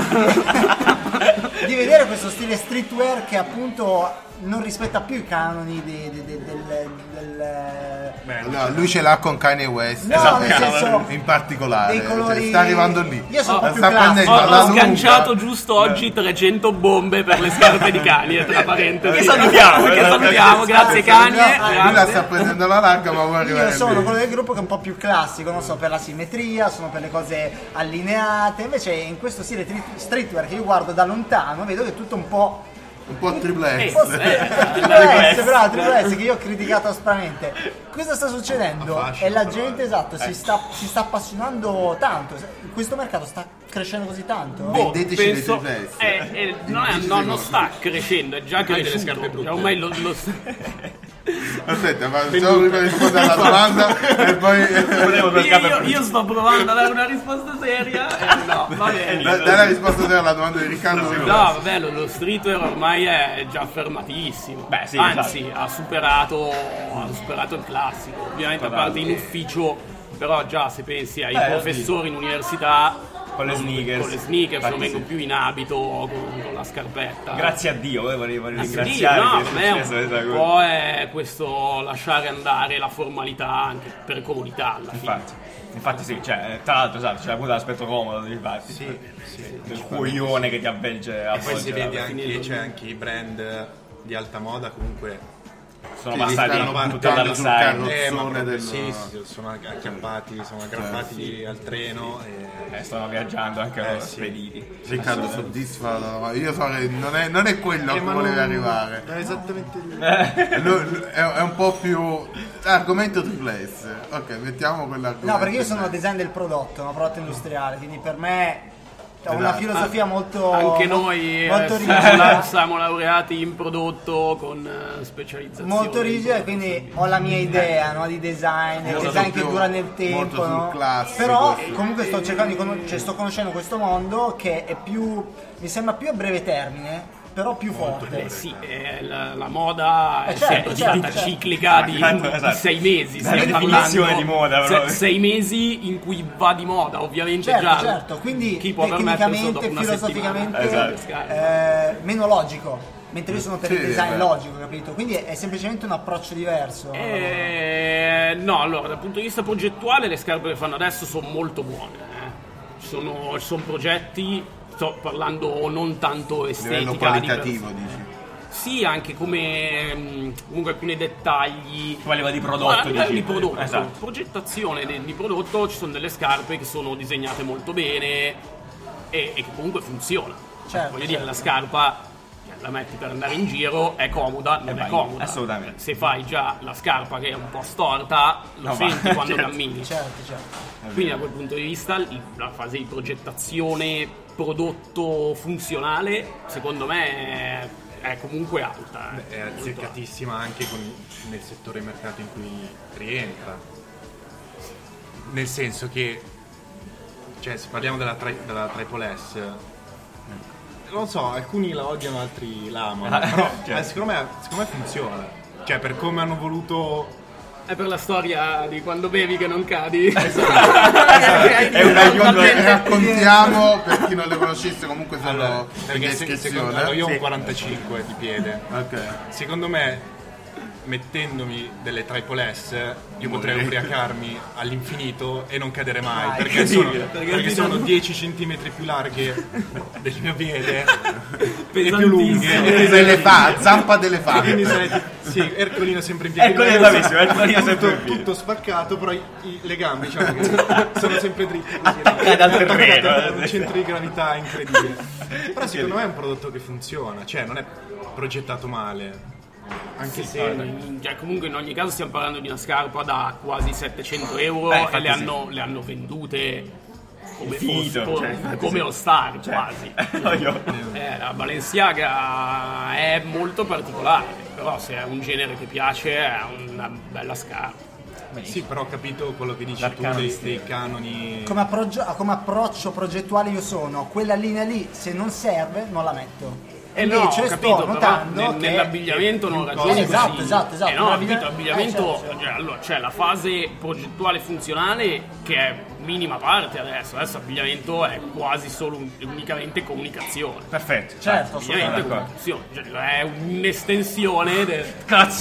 di vedere questo stile streetwear che appunto non rispetta più i canoni di- di- di- del, del- No, lui ce l'ha con Kanye West. No, Esatto, nel senso In particolare, dei colori- cioè, sta arrivando lì. Io sono un po' La più sta classico. prendendo Ho, alla ho lunga. sganciato giusto oggi trecento bombe per le scarpe di Kanye, tra parentesi. Che salutiamo, Che eh, salutiamo, grazie Kanye. No, Lui la grazie. sta prendendo alla larga, ma vuole arrivare Io sono lì. quello del gruppo che è un po' più classico, non so, per la simmetria, sono per le cose allineate, invece in questo stile tri- streetwear che io guardo da lontano vedo che è tutto un po'... Un po' triple Eh, S. un po' eh, triple S, bravo, triple S, che io ho criticato aspramente. Cosa sta succedendo? Affascina, E la però, gente, eh. esatto, si sta, si sta appassionando tanto. Questo mercato sta crescendo così tanto? Boh, Vendeteci le penso- triple S. eh, eh, no, In dieci no, non secondi. sta crescendo, è già delle cresciuto. scarpe brutte. Ormai lo, lo- Aspetta, ma facciamo prima rispondere alla domanda e poi io, io, io sto provando a dare una risposta seria e no, va bene. dai la risposta seria alla domanda di Riccardo. No, vabbè, lo, lo streetwear ormai è già affermatissimo. Beh, sì, anzi, esatto. ha superato ha superato il classico. Ovviamente a parte in ufficio, però già se pensi ai Eh, professori in università Con le sneakers. con le sneakers Infatti non vengono sì. più in abito o con, con la scarpetta. Grazie a Dio, eh, vorrei, vorrei Sì, ringraziare no, che è per me è successo un, questa un cosa. po' è questo lasciare andare la formalità anche per comodità alla fine. Infatti, infatti sì, cioè, tra l'altro esatto, c'è avuto l'aspetto comodo, infatti. Sì, sì. Il coglione che ti avvolge a E poi si vede fine anche, del- c'è anche i brand di alta moda comunque sono Sì, passati stanno tutti buttando alla sul side. carro. eh, ma Zone proprio del- sì, sì, sono acchiappati, sono aggrappati al treno e Eh, stanno viaggiando anche Eh, loro, sì. spediti. Riccardo soddisfa la domanda. Io sarei, non è, non è quello a Eh, cui ma volevi non- arrivare. è esattamente lì. No, è, è un po' più argomento triple S. Ok, mettiamo quell'argomento. No, perché io sono design del prodotto, no? Prodotto industriale, quindi per me ho una Esatto. filosofia molto Anche noi eh, molto siamo, rigida, siamo laureati in prodotto con eh, specializzazione. molto rigida e quindi ho la mia idea, no, di design, il Molto design che più- dura nel molto tempo, sul no? classico, Però sì. comunque sto cercando di conos- cioè, sto conoscendo questo mondo che è più, mi sembra più a breve termine, però più forte. Eh sì, eh, la, la moda Eh, è certo, sempre certo, diventa certo. ciclica di, Esatto, di esatto. sei mesi. Dalla stiamo definizione parlando- di moda, se- proprio. sei mesi in cui va di moda, ovviamente Certo, già. certo, quindi chi può permetterselo dopo tecnicamente, una filosoficamente settimana? Esatto. eh, meno logico, mentre io sono per Sì, il design beh. logico, capito? Quindi è semplicemente un approccio diverso. Eh, no, allora, dal punto di vista progettuale le scarpe che fanno adesso sono molto buone. eh. Ci sono, ci sono progetti, sto parlando non tanto a estetica. livello di qualitativo, per- dici. Sì, anche come mh, comunque alcuni dettagli. Tu a livello di Ma prodotto, a livello dici? di prodotto, Esatto. progettazione di, di prodotto, ci sono delle scarpe che sono disegnate molto bene e, e che comunque funziona. Certo, Voglio dire, certo. la scarpa la metti per andare in giro, è comoda, non E è vai, comoda. assolutamente. Se fai già la scarpa che è un po' storta, lo No, senti ma- quando certo. cammini. Certo, certo. Quindi da quel punto di vista il- la fase di progettazione prodotto funzionale secondo me è, è comunque alta. eh. È Molto azzeccatissima anche con- nel settore mercato in cui rientra. Nel senso che, cioè, se parliamo della, tri- della Triple S, non so, alcuni la odiano, altri la amano. Però Certo. eh, secondo, me, secondo me funziona. Cioè, per come hanno voluto. alta. È per la storia di quando bevi che non cadi. È un aiuto. Le raccontiamo per chi non le conoscesse, comunque sono Allora, in perché se- descrizione. secondo, allora, io ho Sì. un quarantacinque di piede. Ok. Secondo me, mettendomi delle Triple S, io potrei Morirete. ubriacarmi all'infinito e non cadere mai. Mai. Perché sono, Incredibile. perché sono dieci centimetri più larghe del mio piede e più Pesantissime. lunghe. Dell'elefante, zampa d'elefante. Quindi sarei tipo- sì, Ercolino sempre in piedi. Ercolino Tutto- bravissimo, Ercolino sempre in tutto, piedi. tutto spaccato, però i- i- le gambe diciamo che sono sempre dritte così. Attaccate al terreno. Attaccate a un centro di gravità incredibile. Però secondo me è un prodotto che funziona, cioè non è progettato male. Anche se Cioè, comunque in ogni caso stiamo parlando di una scarpa da quasi settecento euro Eh, e infatti le sì. hanno, le hanno vendute come, Finito, fossero- cioè, infatti come sì. All Star Cioè, quasi. no, io- Eh, la Balenciaga è molto particolare, però se è un genere che piace è una bella scarpa. sì, però ho capito quello che dici tu L'arcano dei, di dei canoni. Come, approccio, come approccio progettuale io sono, quella linea lì se non serve non la metto. Eh no, ho Invece capito, sto però notando nel- che nell'abbigliamento non più ragioni cose- così. Esatto, esatto, esatto. Eh no, Nell'abbigliamento- capito, abbigliamento, eh, certo, certo. cioè, allora, c'è la fase progettuale funzionale che è minima parte adesso, adesso abbigliamento è quasi solo un- unicamente comunicazione. Perfetto. Certo, Abbigliamento è d'accordo. comunicazione, cioè, è un'estensione del Cazzo.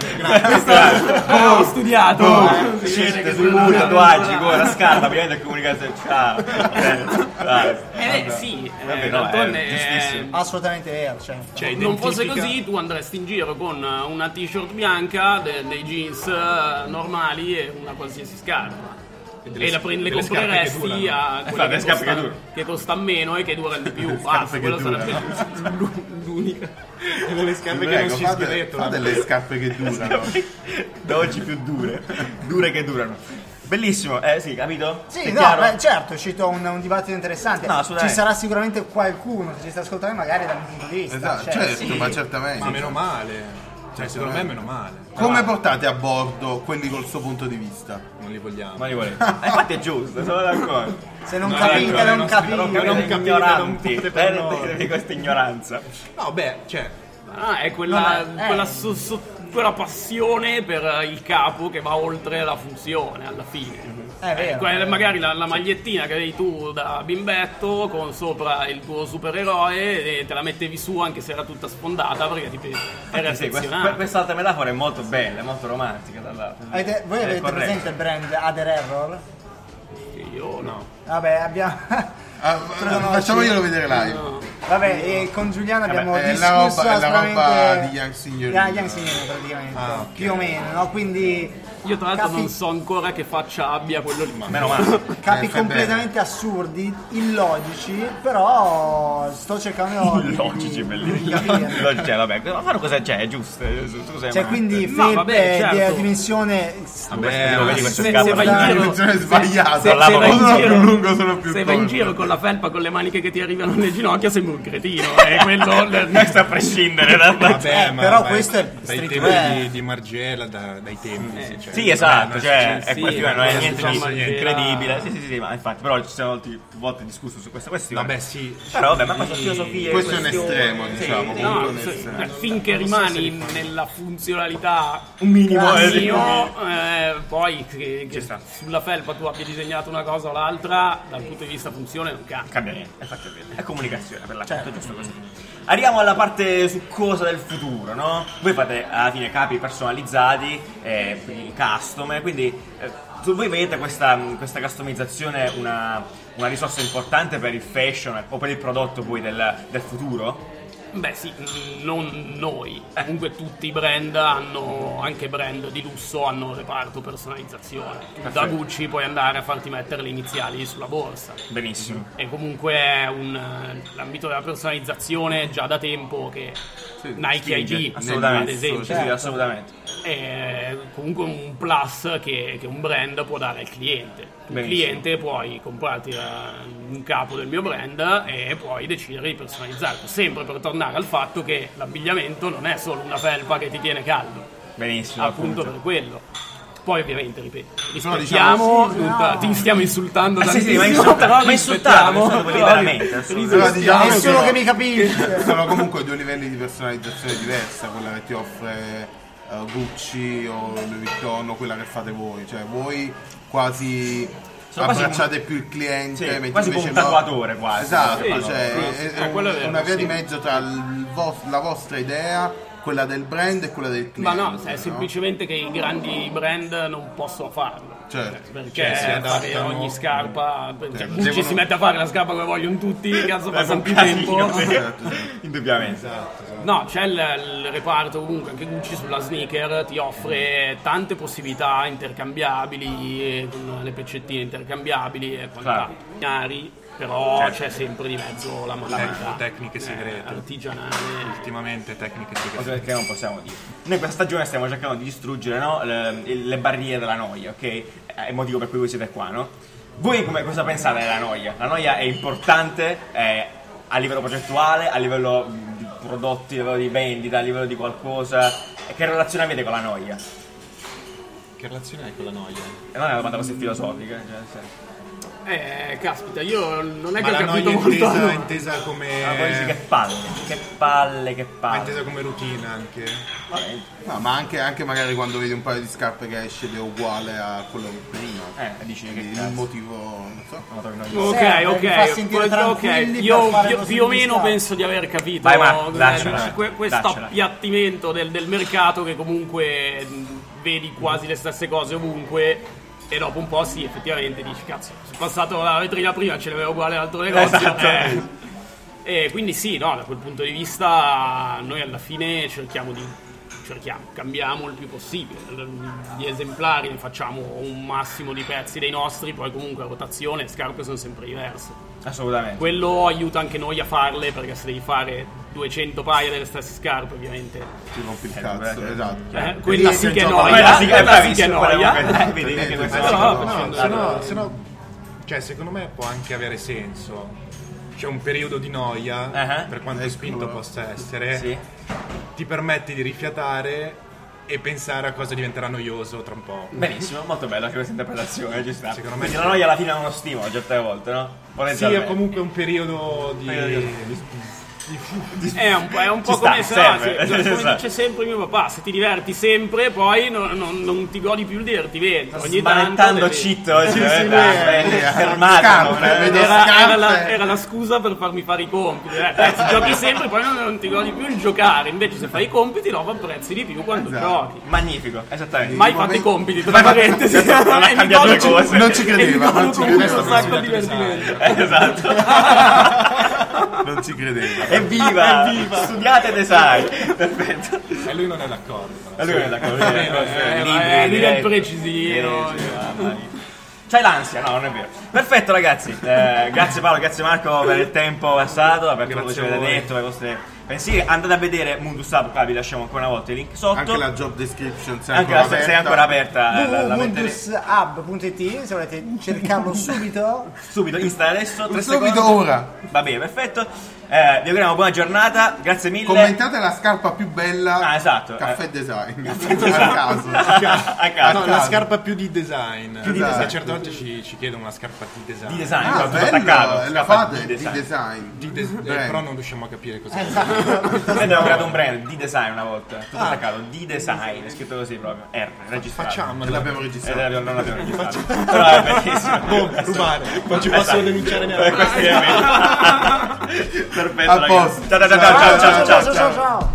ho studiato. eh, si vede Scelte che sui sono- muri, tatuaggi, con la scarpa, ovviamente comunicazione. Ciao. Bene, dai. Eh sì, eh, Vabbè, no, d'altronde, è eh, giustissimo. Assolutamente vero, cioè. Cioè, non fosse identifica- così tu andresti in giro con una t-shirt bianca, de- dei jeans eh, normali e una qualsiasi scarpa. E delle E la sc- prendi- le delle scarpe che compreresti durano. a Infatti, quella le che scarpe costa, che durano. che costa meno e che durano di più. scarpe Basta, che quello durano. sarebbe l'u- l'unica. E delle scarpe che Prego, non si fate, sgretolano. fate le scarpe che durano. Da oggi più dure. Dure che durano. Bellissimo, eh sì, capito? Sì, È no, chiaro? beh, certo, è uscito un, un dibattito interessante. No, Ci assolutamente. sarà sicuramente qualcuno che ci sta ascoltando, magari dal mio punto di vista. Esatto, cioè, certo, sì. ma certamente. Ma meno male. Cioè, secondo me meno male. Come portate a bordo quelli col suo punto di vista? Non li vogliamo. Ma li volete. Eh, infatti è giusto, sono d'accordo. Se non No, capite, ecco, non non capite. Non non capite, capite, ignoranti. non fate per noi. Perdetevi questa ignoranza. No, beh, cioè, Ah, è quella, Non è- eh. quella, so- so- quella passione per il capo che va oltre la funzione alla fine. È vero. Eh, quella- magari la, la magliettina che avevi tu da bimbetto con sopra il tuo supereroe e te la mettevi su anche se era tutta sfondata perché ti eri Sì, questa, affezionato. questa altra metafora è molto bella, è molto romantica dall'altro. Avete- voi È avete corretto. presente il brand Other Error? Io no. Vabbè, abbiamo. Ah, facciamoglielo vedere live. No. Vabbè, e con Giuliano Vabbè, abbiamo è la discusso roba- è la roba aspramente- di Young Signorini. Ah, Young Signorini praticamente, Ah, ok. più o meno, no? Quindi Io tra l'altro capi, non so ancora che faccia abbia quello lì. Meno male. capi Eh, fai completamente assurdi, illogici, però sto cercando di, Illogici, di, bellissimi. di capire. Illogici, cioè, vabbè, ma fanno cosa c'è, è giusto. è giusto, tu sei Cioè, amante. quindi No, felpe vabbè, certo. di una dimensione Vabbè, lo vedi questo se- scappo se vai da- in La giro- dimensione è sbagliata. se- se vai in Sono giro- più lungo, sono più Se vai in corto. giro con la felpa con le maniche che ti arrivano alle ginocchia sembri un cretino. E quello Questo a prescindere da... vabbè, Eh, ma però vai- questo è dai streetwear. tempi di, di Margiela, da- dai tempi. sì, cioè, Sì, esatto, non è cioè, una- è sì, questo non è quella niente si di chiama incredibile. Margiela. Sì, sì, sì, ma infatti, però ci siamo più volte discusso su questa questione. Vabbè, sì. Però vabbè, ma questa filosofia. Questo è un questioni- estremo, Sì, diciamo. sì, No, comunque se- un estremo. eh, finché rimani nella funzionalità un minimo Sì, eh, di- minimo, eh, poi che, che Ci sta. sulla felpa tu abbia disegnato una cosa o l'altra, dal punto di vista funzione non cambia. cambia niente, infatti è vero. È comunicazione per l'appunto, Certo. è giusto così. Arriviamo alla parte succosa del futuro, no? Voi fate alla fine capi personalizzati, eh, quindi custom, quindi eh, su- voi vedete questa, questa customizzazione una, una risorsa importante per il fashion o per il prodotto poi del, del futuro? Beh sì, mm, non noi, comunque tutti i brand hanno, anche brand di lusso hanno un reparto personalizzazione. Tu da Perfetto. Gucci puoi andare a farti mettere le iniziali sulla borsa. Benissimo. E comunque è un, l'ambito della personalizzazione già da tempo che Nike Spinge, I D, assolutamente, ad esempio, sì, sì, assolutamente. è comunque un plus che, che un brand può dare al cliente. Tu Benissimo. cliente puoi comprarti eh, un capo del mio brand e puoi decidere di personalizzarlo, sempre per tornare al fatto che l'abbigliamento non è solo una felpa che ti tiene caldo, Benissimo, appunto per quello. Poi ovviamente, ripeto, Però, rispettiamo, diciamo, sì, non- ti stiamo insultando Ah, sì, sì, ma tantissimo, insulta- però ma insultate, rispettiamo, insultate però veramente, ri- assolutamente. Però diciamo Nessuno che- che mi capisce. Sono comunque due livelli di personalizzazione diversa, quella che ti offre eh, Gucci o Louis Vuitton o quella che fate voi. Cioè voi quasi Sono quasi abbracciate come- più il cliente, Sì, mentre quasi invece come un no- tatuatore quasi. Esatto, Sì, cioè sì, è, sì, è eh, quello è vero, una via sì. di mezzo tra il vos- la vostra idea, quella del brand e quella del Ma cliente. no, è semplicemente che i grandi brand non possono farlo. Certo. Perché Cioè, si fare adattano- ogni scarpa, cioè, Certo. Gucci Devono- si mette a fare la scarpa che vogliono tutti, cazzo passa un più casino, tempo. sì. Certo, sì. Indubbiamente. No, c'è il, il reparto comunque, anche Gucci sulla sneaker ti offre tante possibilità intercambiabili, eh, con le pezzettine intercambiabili e quant'altro. Ignari, però Certo. c'è sempre di mezzo la Tec- manualità. tecniche eh, segrete. artigianale. Ultimamente tecniche segrete. Cose che non possiamo dire. Noi questa stagione stiamo cercando di distruggere, no, le, le barriere della noia, ok? È il motivo per cui voi siete qua, no? Voi come, cosa pensate della noia? La noia è importante eh, a livello progettuale, a livello di prodotti, a livello di vendita, a livello di qualcosa. E che relazione avete con la noia? Che relazione hai con la noia? E non è una domanda così filosofica, cioè, nel senso. Eh, caspita, io non è Ma che ho la capito noia molto. intesa, intesa come... Ah, poi dici che palle, che palle, che ma palle. intesa come routine anche. Vabbè, No, ma anche, anche magari quando vedi un paio di scarpe che esce ed è uguale a quello prima. Eh, dici che Quindi cazzo. il motivo, non so. non lo trovi noioso. Ok, Serve, ok, vi fa sentire poi- ok, tranquilli io per fare più, cose più o di meno scarpe. penso di aver capito Vai, Marco, eh, daccela, que- questo daccela. appiattimento del, del mercato che comunque mh, vedi quasi le stesse cose ovunque e dopo un po' sì, effettivamente dici cazzo, sono passato la vetrina prima, ce l'avevo uguale all'altro negozio. Esatto. eh. E quindi sì, no, da quel punto di vista noi alla fine cerchiamo di cerchiamo, cambiamo il più possibile. Gli esemplari ne facciamo un massimo di pezzi dei nostri, poi comunque a rotazione le scarpe sono sempre diverse. Assolutamente. Quello aiuta anche noi a farle, perché se devi fare duecento paia delle stesse scarpe ovviamente Ti rompi il Eh, cazzo, beh, esatto. eh, quella Lì sì che è senza- noia, Quella sì che è quella sì che è bravissimo, quella noia. comunque- eh, vedi, anche Eh, questo- no, No, no, no, no, se no, se no, cioè secondo me può anche avere senso. c'è un periodo di noia, Uh-huh. per quanto spinto possa essere, Sì. ti permetti di rifiatare e pensare a cosa diventerà noioso tra un po'. Benissimo, molto bella anche questa interpretazione, ci sta. Secondo me Quindi sì. la noia alla fine è uno stimolo certe volte, no? Sì, Potenzialmente. è comunque un periodo di... Periodo di- di- È un po', è un po' Ci sta, come, se, serve. no, se- Ci come sta. dice sempre mio papà, se ti diverti sempre poi non, non- non ti godi più il divertimento. Ogni tanto Smanettando devi- cheat oggi, Sì, eh, sì, beh, beh, fermato. scarpe, eh. vedo Era, era scarpe. la, era la scusa per farmi fare i compiti. Eh, eh, se giochi sempre poi non, non ti godi più il giocare. Invece se fai i compiti dopo apprezzi di più quando Esatto. giochi. Magnifico, esattamente. Mai fatto i compiti, tra parentesi. Non ha E mi cambiato godo- le cose. Non ci e mi credeva, godo non ci comunque credeva. un sacco di divertimento. Eh, esatto. Non ci credeva. Evviva! Studiate design. Perfetto. E lui non è d'accordo. E lui non è d'accordo. Eh, eh, lui è il precisino. Sì, sì, mamma mia. C'hai l'ansia? No, non è vero. Perfetto ragazzi, eh, grazie Paolo, grazie Marco per il tempo passato, per quello che ci Grazie a avete voi. detto, per i vostri pensieri. Andate a vedere Mundus Hub, qua vi lasciamo ancora una volta il link sotto. Anche la job description se è Anche ancora la se aperta. è ancora aperta, eh, la, la mettete www.mundushub punto it se volete cercarlo subito. subito, installa adesso, tre Subito secondi. ora. Va bene, perfetto. Eh, vi auguriamo buona giornata, grazie mille. Commentate la scarpa più bella. Ah, esatto. Caffè Eh. Design. A caso. a caso. No, la scarpa più di design. di design. Certe volte ci, ci chiedono una scarpa di design. Di design, Ah, tutto bello. attaccato. La scarpa fate di di design. design. Di des- eh, Brand. però non riusciamo a capire cosa Noi abbiamo creato un brand di design una volta, tutto attaccato, di design, è scritto così proprio, R, registrato. facciamo. E l'abbiamo Eh, registrato. l'abbiamo- non l'abbiamo registrato. Però è bellissimo. Boh, rubare. Non ci possono denunciare neanche. Questo è Perfetto, A ragazzi. posto. Ciao ciao ciao ciao ciao ciao. ciao ciao ciao.